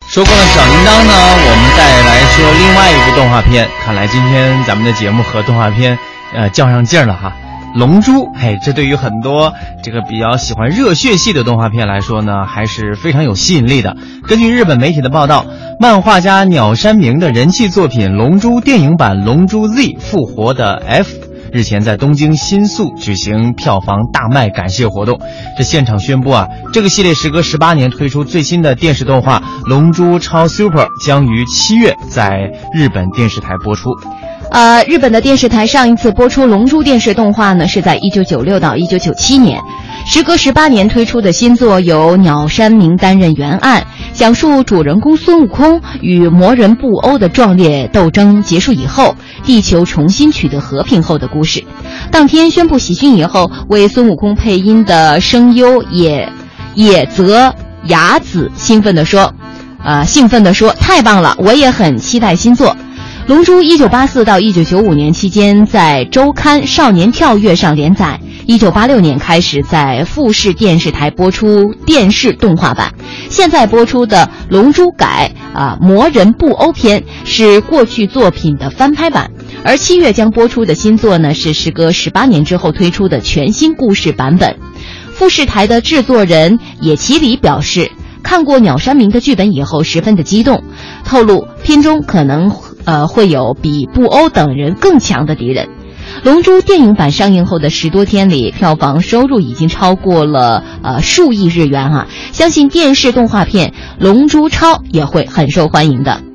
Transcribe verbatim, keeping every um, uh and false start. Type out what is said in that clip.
说过了小铃铛呢，我们再来说另外一部动画片。看来今天咱们的节目和动画片呃较上劲了哈。龙珠，嘿，这对于很多这个比较喜欢热血系的动画片来说呢，还是非常有吸引力的。根据日本媒体的报道，漫画家鸟山明的人气作品《龙珠》电影版《龙珠 Z 复活的 F》日前在东京新宿举行票房大卖感谢活动。这现场宣布啊，这个系列时隔十八年推出最新的电视动画《龙珠超 Super》将于七月在日本电视台播出。 呃，日本的电视台上一次播出《龙珠》电视动画呢，是在一九九六到一九九七年。时隔十八年推出的新作由鸟山明担任原案，讲述主人公孙悟空与魔人布欧的壮烈斗争结束以后，地球重新取得和平后的故事。当天宣布喜讯以后，为孙悟空配音的声优野野泽雅子兴奋地说，呃，兴奋地说，太棒了，我也很期待新作。龙珠一九八四到一九九五年期间在周刊少年跳跃上连载，一九八六年开始在富士电视台播出电视动画版。现在播出的龙珠改啊魔人布欧篇是过去作品的翻拍版，而七月将播出的新作呢是时隔十八年之后推出的全新故事版本。富士台的制作人野崎里表示，看过鸟山明的剧本以后十分的激动，透露片中可能呃会有比布欧等人更强的敌人。龙珠电影版上映后的十多天里，票房收入已经超过了呃数亿日元啊，相信电视动画片龙珠超也会很受欢迎的。